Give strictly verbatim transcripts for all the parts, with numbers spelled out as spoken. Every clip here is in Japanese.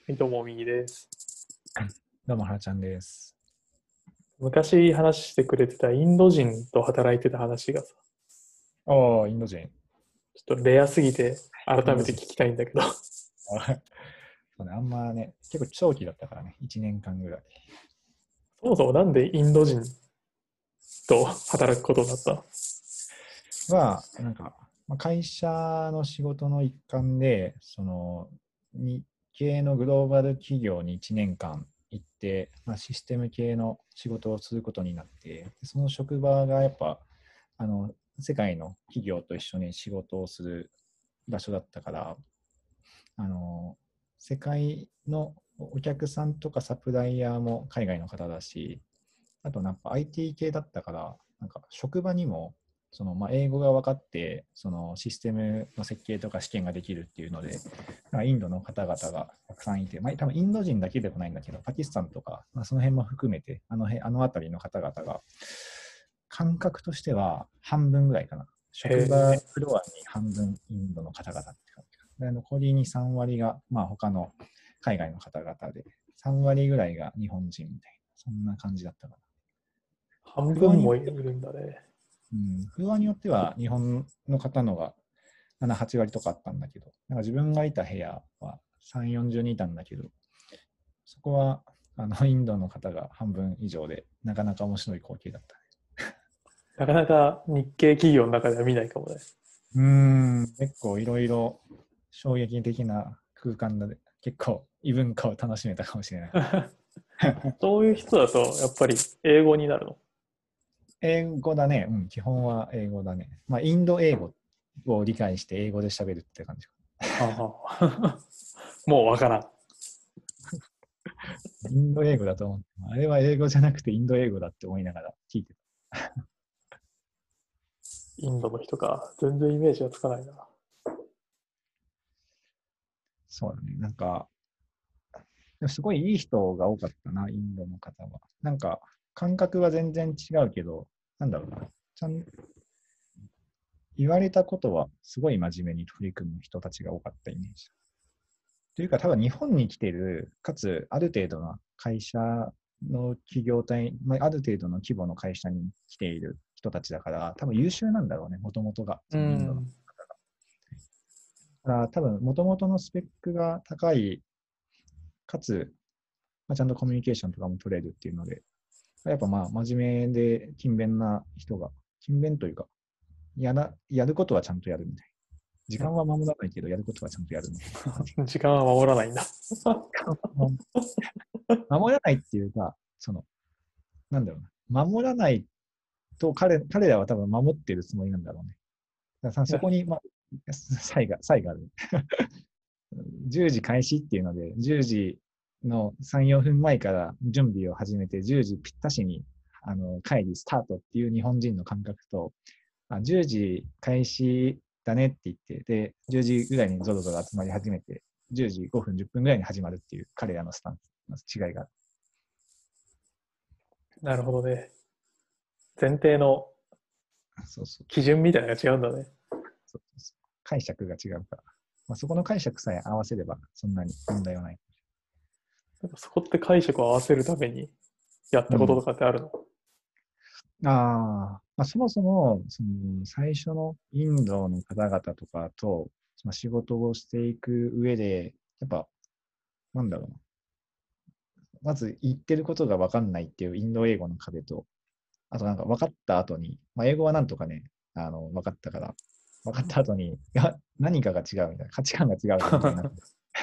はい、どうも、みーです。 どうも、はらちゃんです。 昔話してくれてたインド人と働いてた話がさ、 ああ、インド人。 ちょっとレアすぎて改インド人。 めて聞きたいんだけど、 あそうね、あんまね、結構長期だったからね、いちねんかんぐらい。 そもそもなんでインド人と働くことになった？ は、なんか、まあ、会社の仕事の一環で、その、日系のグローバル企業にいちねんかん行って、まあ、システム系の仕事をすることになって、その職場がやっぱ、あの、世界の企業と一緒に仕事をする場所だったから、あの、世界のお客さんとかサプライヤーも海外の方だし、あとなんか アイティー 系だったから、なんか職場にもそのまあ英語が分かって、そのシステムの設計とか試験ができるっていうので、インドの方々がたくさんいて、まあ、多分インド人だけでもないんだけど、パキスタンとか、まあ、その辺も含めて、あの辺あの辺りの方々が、感覚としては半分ぐらいかな。 へ職場え、 フロアに半分インドの方々って感じか。で残りにさん割が、まあ、他の海外の方々で、さん割ぐらいが日本人みたいな、そんな感じだったかな。 半フロア分もいによっては、 るんだね。 うん、フロアによっては日本の方のがなな、はち割とかあったんだけど、なんか自分がいた部屋はさん、よんじゅうにんいたんだけど、そこはあのインドの方が半分以上で、なかなか面白い光景だったね。 なかなか日系企業の中では見ないかもね。 うーん、結構いろいろ衝撃的な空間で、結構異文化を楽しめたかもしれない。 そういう人だと、やっぱり英語になるの？ 英語だね。うん、基本は英語だね。まあ、インド英語を理解して英語で喋るって感じか。 はあ、もうわからん。 インド英語だと思って、あれは英語じゃなくてインド英語だって思いながら聞いてた。 インドの人か。全然イメージがつかないな。 そうだね。なんか、すごいいい人が多かったな、インドの方は。なんか、感覚は全然違うけど、なんだろうな。ちゃん言われたことはすごい真面目に取り組む人たちが多かったイメージ。というか、多分日本に来てる、かつある程度の会社の企業体、まあ、ある程度の規模の会社に来ている人たちだから、多分優秀なんだろうね、もともとが、 うそのインドの。 ん。 だから多分、もともとのスペックが高い、かつ、まあ、ちゃんとコミュニケーションとかも取れるっていうので、やっぱまあ、真面目で勤勉な人が、勤勉というか、やらやることはちゃんとやるみたいな。時間は守らないけど、やることはちゃんとやるみたいな感じ。 時間は守らないんだ。 守らないっていうか、その、なんだろうな。守らないと彼彼らは多分守ってるつもりなんだろうね。だからそこに、まあ、差異が、差異がある。じゅうじ開始っていうので、じゅうじのさん、よんぷんまえから準備を始めて、じゅうじぴったしにあの会議スタートっていう日本人の感覚と、あじゅうじ開始だねって言って、で、じゅうじぐらいにゾロゾロ集まり始めて、じゅうじごふん、じゅっぷんぐらいに始まるっていう彼らのスタンスの違いがある。 なるほどね。前提のそうそう基準みたいなのが違うんだね。 そうそう解釈が違うから。まあ、そこの解釈さえ合わせればそんなに問題はない。 なんかそこって解釈を合わせるためにやったこととうん。 かってあるの？ ああ、まあ、そもそも、その最初のインドの方々とかと、まあ、仕事をしていく上で、やっぱ、なんだろうな。まず言ってることが分かんないっていうインド英語の壁と、あとなんか分かった後に、まあ、英語はなんとかね、あの、分かったから、分かった後に、いや、何かが違うみたいな、価値観が違うぞみたいな。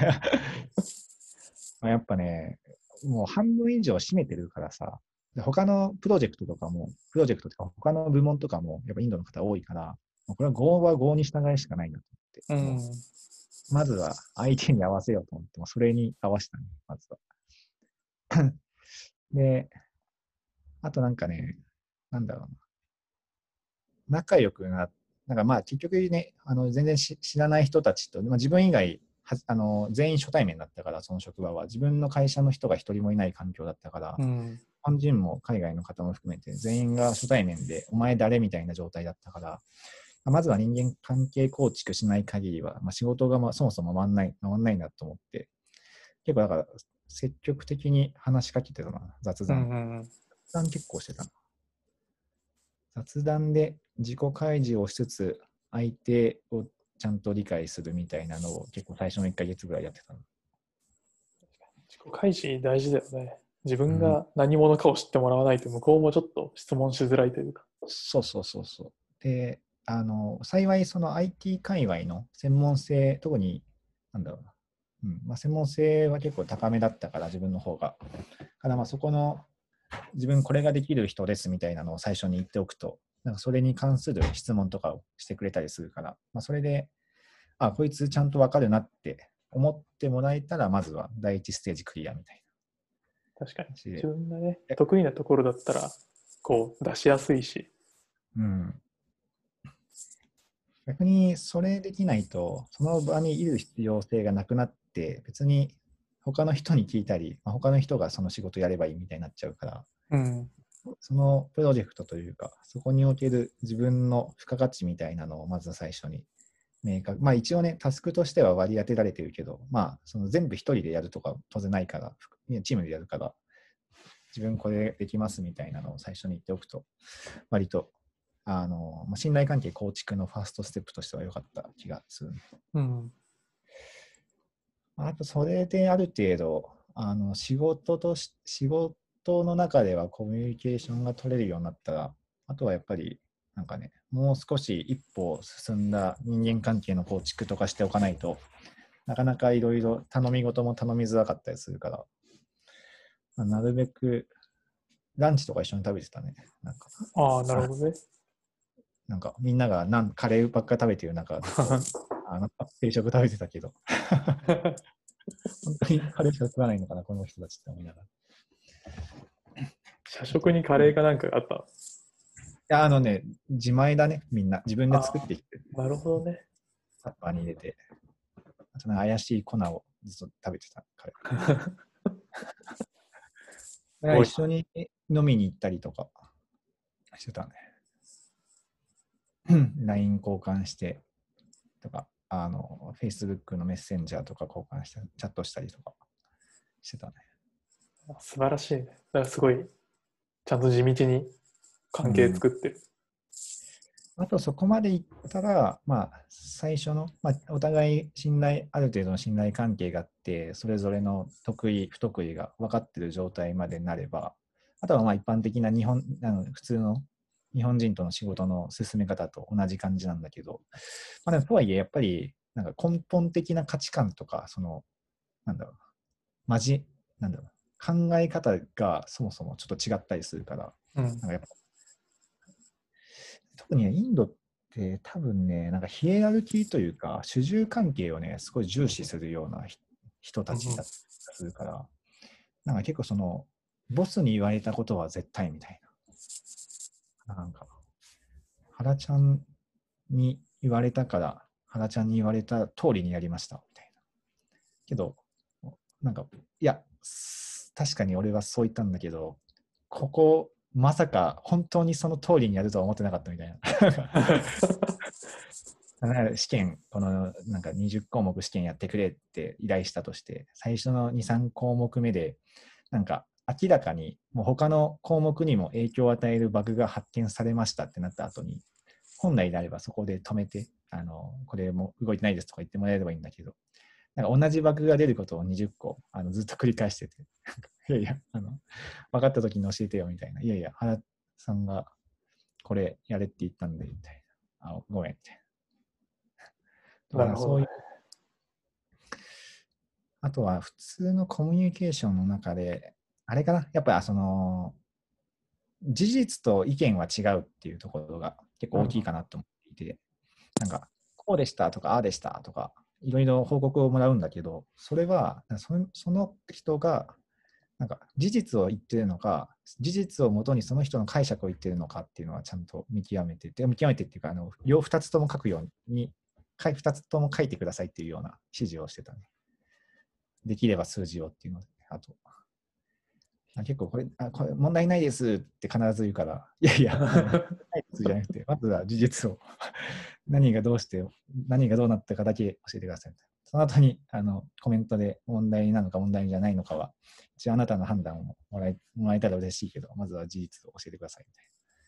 まあやっぱね、もう半分以上占めてるからさ、で他のプロジェクトとかも、プロジェクトとか他の部門とかも、やっぱインドの方多いから、もうこれは Go は Go に従いしかないなとう思って、もん。 う、まずは相手に合わせようと思って、もうそれに合わせたね、まずは。で、あとなんかね、なんだろうな、仲良くな、なんかまあ結局ね、あの全然知らない人たちと、まあ、自分以外はあの全員初対面だったから、その職場は自分の会社の人が一人もいない環境だったから、 うん。 日本人も海外の方も含めて全員が初対面でお前誰みたいな状態だったから、まずは人間関係構築しない限りは、まあ、仕事がまあそもそも回んない、回んないなと思って、 結構だから積極的に話しかけてたな、雑う談。 んうんうん。 雑談結構してたな。雑談で自己開示をしつつ、相手をちゃんと理解するみたいなのを結構最初のいっかげつぐらいやってたの。 自己開示大事だよね。自分うん、 が何者かを知ってもらわないと向こうもちょっと質問しづらいというか。 そうそうそうそう。で、あの、幸いその アイティー 界隈の専門性、特に、なんだろうな、うんまあ、専門性は結構高めだったから、自分の方が。からまあそこの、自分これができる人ですみたいなのを最初に言っておくと、なんかそれに関する質問とかをしてくれたりするから、まあ、それで、あ、こいつちゃんとわかるなって思ってもらえたら、まずは第一ステージクリアみたい確かに。 な感じで。 自分がね、 え得意なところだったら、こう出しやすいし。 うん。逆にそれできないと、その場にいる必要性がなくなって、別に他の人に聞いたり、まあ、他の人がその仕事やればいいみたいになっちゃうから、 うん。 そのプロジェクトというか、そこにおける自分の付加価値みたいなのをまず最初に明確。まあ一応ね、タスクとしては割り当てられてるけど、まあその全部一人でやるとか当然ないから、チームでやるから、自分これできますみたいなのを最初に言っておくと、割とあの、まあ、信頼関係構築のファーストステップとしては良かった気がする。 うん。 あと、それである程度、あの仕事とし、仕事の中ではコミュニケーションが取れるようになったら、あとはやっぱり、なんかね、もう少し一歩進んだ人間関係の構築とかしておかないと、なかなかいろいろ頼み事も頼みづらかったりするから、まあ、なるべくランチとか一緒に食べてたね。なんか、 ああ、なるほどね。 なんかみんながなんカレーばっか食べてる中、ずっとあの定食食べてたけど、本当にカレーしか食わないのかな、この人たちって思いながら。 社食にカレーかなんかがあった。 いや、あのね、自前だね、みんな。自分で作ってきて、 なるほどね。 タッパーに入れて、あとなんか怪しい粉をずっと食べてた、彼。だから一緒に飲みに行ったりとかしてたね。ライン 交換してとか、あの、Facebook のメッセンジャーとか交換して、チャットしたりとかしてたね。 素晴らしいね。だからすごい、ちゃんと地道に関係作ってる。 あとそこまでいったら、まあ、最初の、まあ、お互い信頼、ある程度の信頼関係があって、それぞれの得意、不得意が分かっている状態までになれば、あとはまあ一般的な日本、あの普通の日本人との仕事の進め方と同じ感じなんだけど、まあ、でもとはいえ、やっぱりなんか根本的な価値観とか、その、なんだろう、まじ、なんだろう、考え方がそもそもちょっと違ったりするから、 うん。 なんかやっぱ特にインドって多分ね、なんかヒエラルキーというか、主従関係をね、すごい重視するような人たちだったりするから、なんか結構その、ボスに言われたことは絶対みたいな。なんか、原ちゃんに言われたから、原ちゃんに言われた通りにやりましたみたいな。けど、なんか、いや、確かに俺はそう言ったんだけど、ここ、まさか本当にその通りにやるとは思ってなかったみたいな。試験、このなんかにじゅっこうもく試験やってくれって依頼したとして、最初のに、さんこうもくめで、なんか明らかにもう他の項目にも影響を与えるバグが発見されましたってなった後に、本来であればそこで止めて、あのこれも動いてないですとか言ってもらえればいいんだけど、なんか同じバグが出ることをにじゅっこあのずっと繰り返してて、いやいやあの、分かった時に教えてよみたいな、いやいや、原さんがこれやれって言ったんで、みたいな、あごめんみたいな。とかなるほどね。 そういう、あとは普通のコミュニケーションの中で、あれかな、やっぱりその、事実と意見は違うっていうところが結構大きいかなと思っていて、なんか、こうでしたとか、ああでしたとか、いろいろ報告をもらうんだけど、それは、そのその人が、なんか事実を言ってるのか、事実をもとにその人の解釈を言ってるのかっていうのはちゃんと見極めてて、見極めてっていうか、あの両ふたつとも書くように、ふたつとも書いてくださいっていうような指示をしてたね。できれば数字をっていうので、あと、結構これ、あこれ問題ないですって必ず言うから、いやいや、ないですじゃなくて、まずは事実を何がどうして、何がどうなったかだけ教えてください。 その後にあのコメントで問題なのか問題じゃないのかは、一応あなたの判断をもらえもらえたら嬉しいけど、まずは事実を教えてくださいみたい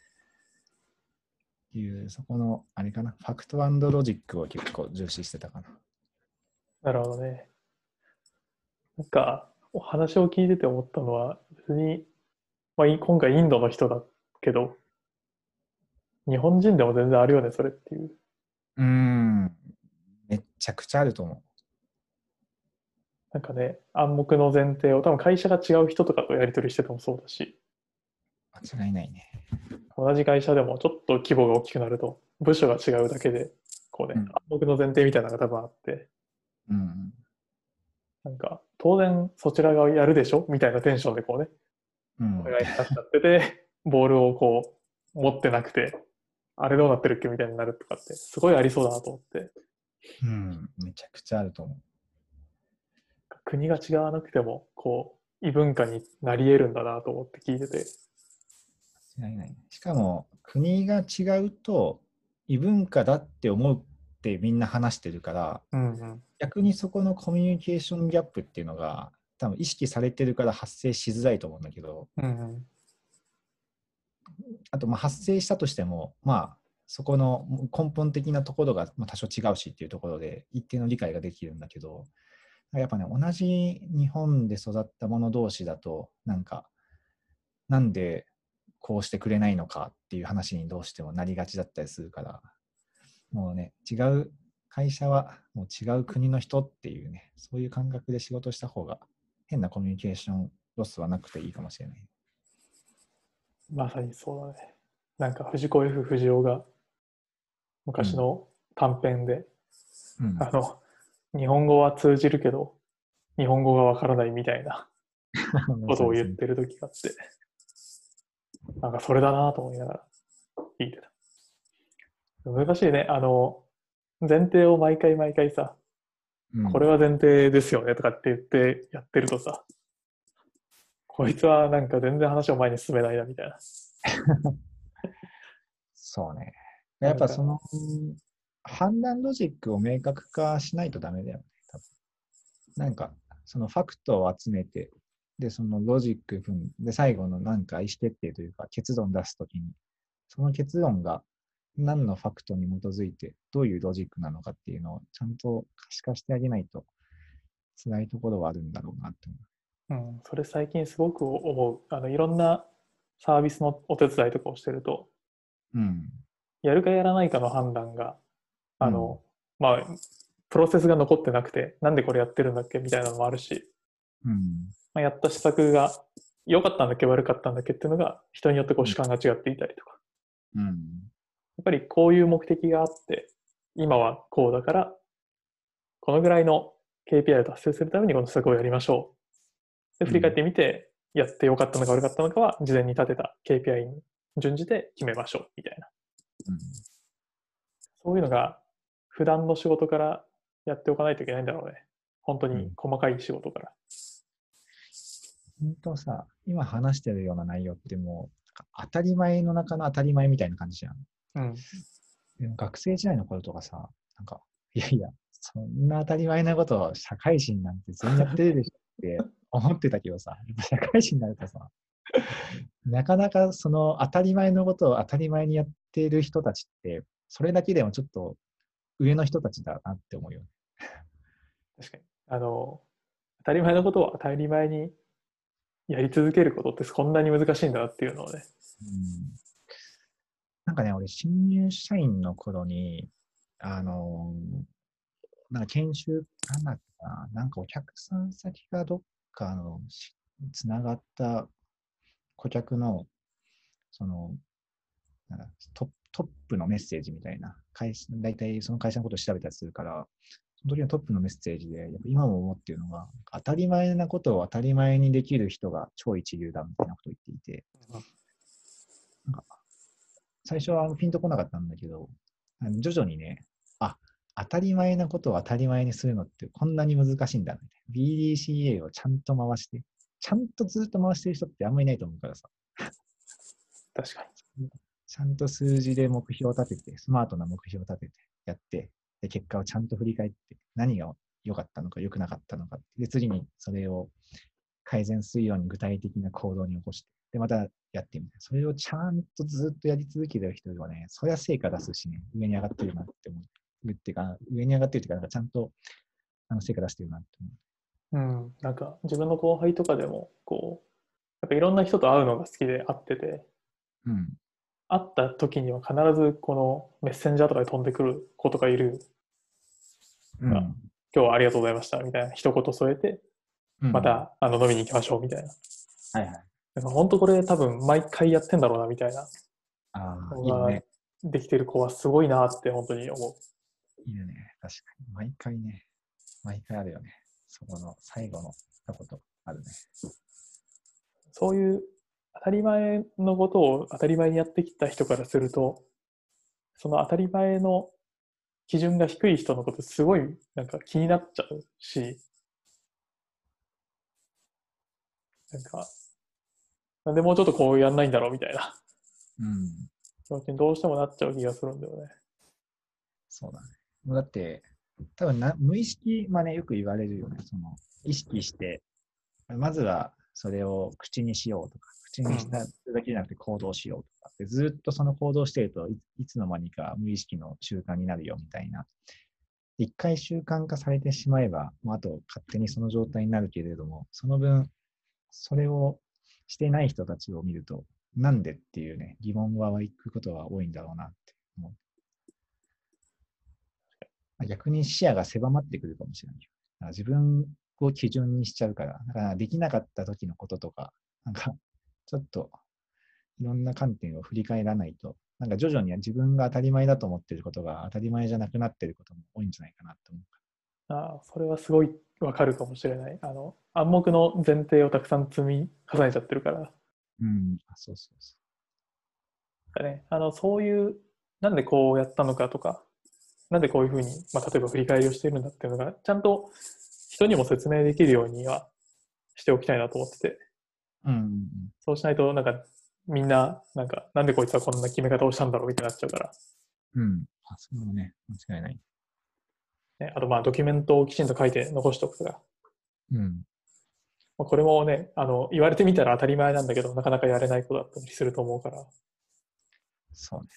な。いう、そこの、あれかな、ファクト&ロジックを結構重視してたかな。 なるほどね。なんか、お話を聞いてて思ったのは、別に、まあ、い今回インドの人だけど、日本人でも全然あるよね、それっていう。 うーん、めっちゃくちゃあると思なんかね、暗黙の前提を、多分会社が違う人とかとやり取りしててもそうだし、 う。間違いないね。 同じ会社でもちょっと規模が大きくなると、部署が違うだけで、こうね、 うん。 暗黙の前提みたいなのが多分あって、 うん。 なんか、当然そちらがやるでしょみたいなテンションでこうね、 うん。 お願いになっちゃってて、ボールをこう、持ってなくて、あれどうなってるっけみたいになるとかって、すごいありそうだなと思って、 うん。めちゃくちゃあると思国が違わなくても、こう、異文化になり得るんだなと思って聞いてて、 う。間違いない。しかも、国が違うと、異文化だって思うってみんな話してるから、 うんうん。 逆にそこのコミュニケーションギャップっていうのが、多分意識されてるから発生しづらいと思うんだけど、 うんうん。 あとまあ発生したとしても、まあ、そこの根本的なところがまあ多少違うしっていうところで一定の理解ができるんだけど、やっぱね、同じ日本で育った者同士だと、なんか、なんでこうしてくれないのかっていう話にどうしてもなりがちだったりするから、もうね、違う会社はもう違う国の人っていうね、そういう感覚で仕事した方が変なコミュニケーションロスはなくていいかもしれない。 まさにそうだね。なんか藤子 F 不二雄がうん。 昔の短編で、 うん。 あの、日本語は通じるけど、日本語がわからないみたいなまことをさにその、 言ってる時があって、なんかそれだなと思いながら聞いてた。難しいね。あの、前提を毎回毎回さ、 うん。 これは前提ですよねとかって言ってやってるとさ、こいつはなんか全然話を前に進めないなみたいな。 そうね。やなんか、 っぱその判断ロジックを明確化しないとダメだよね。多分なんか、そのファクトを集めて、で、そのロジック踏んで、最後のなんか意思決定というか結論出すときに、その結論が何のファクトに基づいて、どういうロジックなのかっていうのをちゃんと可視化してあげないと辛いところはあるんだろうなって思うん、それ最近すごく思う。あの、いろんなサービスのお手伝いとかをしてると、 う。うん。 やるかやらないかの判断が、 うん。 あの、まあ、プロセスが残ってなくて、なんでこれやってるんだっけみたいなのもあるし、 うん。 まあ、やった施策が良かったんだっけ悪かったんだっけっていうのが人によってこううん。 主観が違っていたりとか、 うん。 やっぱりこういう目的があって、今はこうだから、このぐらいの ケーピーアイ を達成するためにこの施策をやりましょう。で、振り返っうん。 てみて、やって良かったのか悪かったのかは、事前に立てた ケーピーアイ に準じて決めましょう、みたいな。 うん。 そういうのが、普段の仕事からやっておかないといけないんだろうね。本当にうん。 細かい仕事から。 本当さ、今話してるような内容ってもう、当たり前の中の当たり前みたいな感じじゃん。 うん。 でも学生時代の頃とかさ、なんか、いやいや、そんな当たり前なことを社会人なんて全員やってるでしょって思ってたけどさ、やっぱ社会人になるとさ、なかなかその当たり前のことを当たり前にやっている人たちって、それだけでもちょっと上の人たちだなって思うよね。 確かに。あの、当たり前のことを当たり前にやり続けることってこんなに難しいんだなっていうのをね。 うん、なんかね、俺、新入社員の頃に、あのなんか研修、なんだっけな、なんかお客さん先がどっかのつながった顧客の、その、なんかトトップのメッセージみたいな、会社大体その会社のことを調べたりするから、その時のトップのメッセージで、やっぱ今も思っているのが、当たり前なことを当たり前にできる人が超一流だみたいなことを言っていて、なんか最初はピンとこなかったんだけど、徐々にね、あ、当たり前なことを当たり前にするのってこんなに難しいんだみたいな。ビーディーシーエー をちゃんと回して、ちゃんとずっと回してる人ってあんまりいないと思うからさ。 確かちゃんと数字で目標を立てて、スマートな目標を立ててやって、で結果をちゃんと振り返って、何が良かったのか良くなかったのか。で、次にそれを改善するように具体的な行動に起こして、で、またやってみたいな。それをちゃんとずっとやり続けてる人はね、そりゃ成果出すしね、上に上がってるなって思う。っていうか、上に上がってるっていうか、なんかちゃんとあの成果出してるなって思うん、なんか自分の後輩とかでも、こう、やっぱいろんな人と会うのが好きで会ってて、 う。うん。 会った時には必ずこのメッセンジャーとかで飛んでくる子とかいるが、 うん。 今日はありがとうございましたみたいな一言添えて、 うん。 またあの飲みに行きましょうみたいな。 はいはい。 なんか本当これ多分毎回やってんだろうなみたいなああ、 のがいるね。 できてる子はすごいなって本当に思いるね。確かに。毎回ね。毎回あるよね。そこの最後の一言あるね。 う。そういう当たり前のことを当たり前にやってきた人からすると、その当たり前の基準が低い人のことすごいなんか気になっちゃうし、なんか、なんでもうちょっとこうやんないんだろうみたいなうん。 気持ちにどうしてもなっちゃう気がするんだよね。 そうだね。もうだって、多分な無意識真似よく言われるよね。その、意識して、まずはそれを口にしようとか、口にしただけじゃなくて行動しようとか、でずっとその行動しているとい、いつの間にか無意識の習慣になるよみたいな。一回習慣化されてしまえば、もうあと勝手にその状態になるけれども、その分、それをしてない人たちを見ると、なんでっていうね、疑問は湧くことは多いんだろうなって思う。逆に視野が狭まってくるかもしれない。だから自分を基準にしちゃうから、だからできなかった時のこととか、なんかちょっといろんな観点を振り返らないと、なんか徐々に自分が当たり前だと思っていることが当たり前じゃなくなっていることも多いんじゃないかなと思う。 ああ、それはすごいわかるかもしれない。あの、暗黙の前提をたくさん積み重ねちゃってるから。 うん、あ、そうそうそね、あの、そういう、なんでこうやったのかとか、なんでこういうふうに、まあ、例えば振り返りをしているんだっていうのが、ちゃんと人にも説明できるようにはしておきたいなと思ってて、 う。うん、 そうしないと、なんか、みんな、なんか、なんでこいつはこんな決め方をしたんだろうみたいになっちゃうから。 うん。うん。あ、それもね、間違いない。 ね、あと、まあ、ドキュメントをきちんと書いて残しておくとか。 うん。 まあこれもね、あの、言われてみたら当たり前なんだけど、なかなかやれないことだったりすると思うから、 そうね。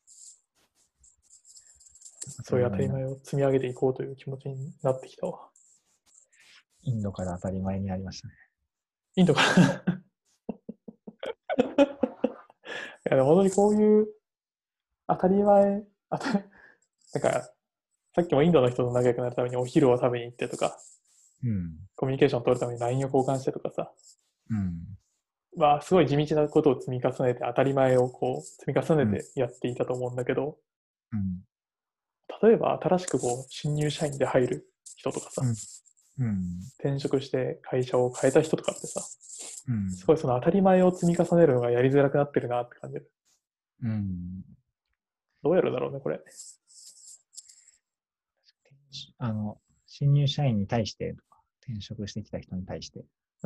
当たそういう当たりり前な。 前を積み上げていこうという気持ちになってきたわ。 インドから当たり前にありましたね。 インドからいや、本当にこういう当たり前、当たり、なんか、さっきもインドの人と仲良くなるためにお昼を食べに行ってとか、 うん。 コミュニケーションを取るために ライン を交換してとかさ、 うん。 まあ、すごい地道なことを積み重ねて、当たり前をこう、積み重うん。 ねてやっていたと思うんだけど、 うん。 例えば新しくこう、新入社員で入る人とかさ、 うん。うん。 転職して会社を変えた人とかってさ、 うん。 すごいその当たり前を積み重ねるのがやりづらくなってるなって感じる。 うん。 どうやるだろうね、これ。 あの、新入社員に対してとか、転職してきた人に対して、 うん。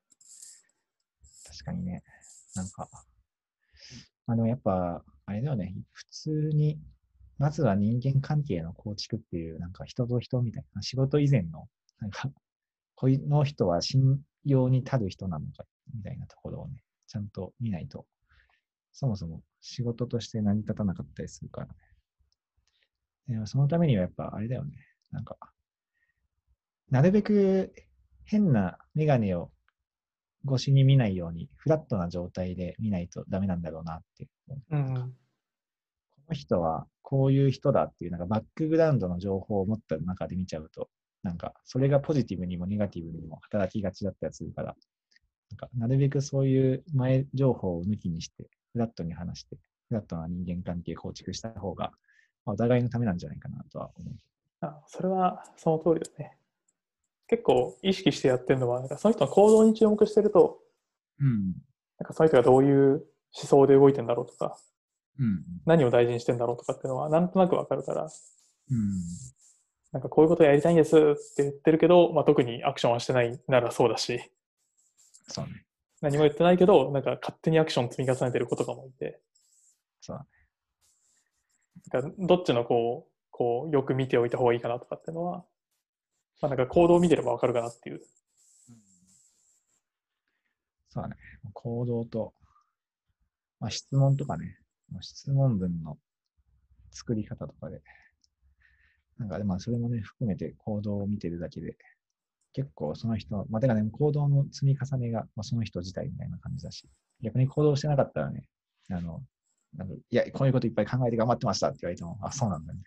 確かにね、なんか、あの、やっぱ、あれだよね、普通に、まずは人間関係の構築っていう、なんか人と人みたいな、仕事以前の、なんか、この人は信用に足る人なのか、みたいなところをね、ちゃんと見ないと、そもそも仕事として成り立たなかったりするからね。でそのためにはやっぱあれだよね。なんか、なるべく変なメガネを越しに見ないように、フラットな状態で見ないとダメなんだろうなって思う。 うん。 この人はこういう人だっていう、なんかバックグラウンドの情報を持った中で見ちゃうと、なんかそれがポジティブにもネガティブにも働きがちだったりするから、なんかなるべくそういう前情報を抜きにして、フラットに話して、フラットな人間関係構築した方が、まあお互いのためなんじゃないかなとは思う。 あ、それはその通りですね。結構意識してやってるのは、なんかその人の行動に注目してると、 うん。 なんかその人がどういう思想で動いてんだろうとか、 うん。 何を大事にしてんだろうとかっていうのはなんとなくわかるから、 うん。 なんかこういうことやりたいんですって言ってるけど、まあ、特にアクションはしてないならそうだし、 そうね。 何も言ってないけど、なんか勝手にアクション積み重ねてる子とかもいて、 そうだね。 なんかどっちのこう、こうよく見ておいた方がいいかなとかっていうのは、 まあ、なんか行動を見てればわかるかなっていう。 そうだね。行動と、まあ、質問とかね、質問文の作り方とかで、なんか、まあ、それもね、含めて行動を見てるだけで、結構その人、まあ、てかね、行動の積み重ねが、まあ、その人自体みたいな感じだし、逆に行動してなかったらね、あの、なんかいや、こういうこといっぱい考えて頑張ってましたって言われても、あ、そうなんだね。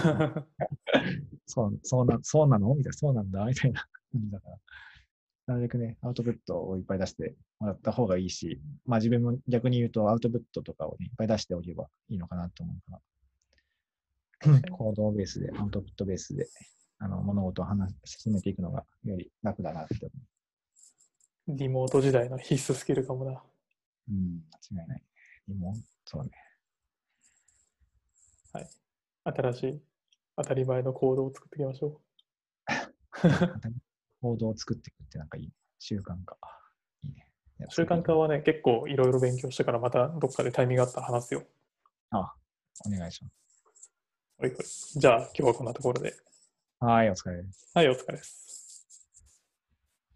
そう、そうな、そうなのみたいな、そうなんだみたいな感じだから。なるべくね、アウトプットをいっぱい出してもらった方がいいし、まあ自分も逆に言うとアウトプットとかをね、いっぱい出しておけばいいのかなと思うから、行動ベースで、アウトプットベースで、あの、物事を話、進めていくのがより楽だなって思リモート時代の必須スキルかもな。 う。うん、間違いない。でも、そうね。 はい。新しい、当たり前の行動を作っていきましょ行動を作っていくってなんかいい習慣か。いいね。 う。習慣化はね、結構いろいろ勉強したから、またどっかでタイミングがあったら話すよ。 あ、お願いします。 はいはい。じゃあ、今日はこんなところで。 はい、お疲れ。 はい、お疲れです。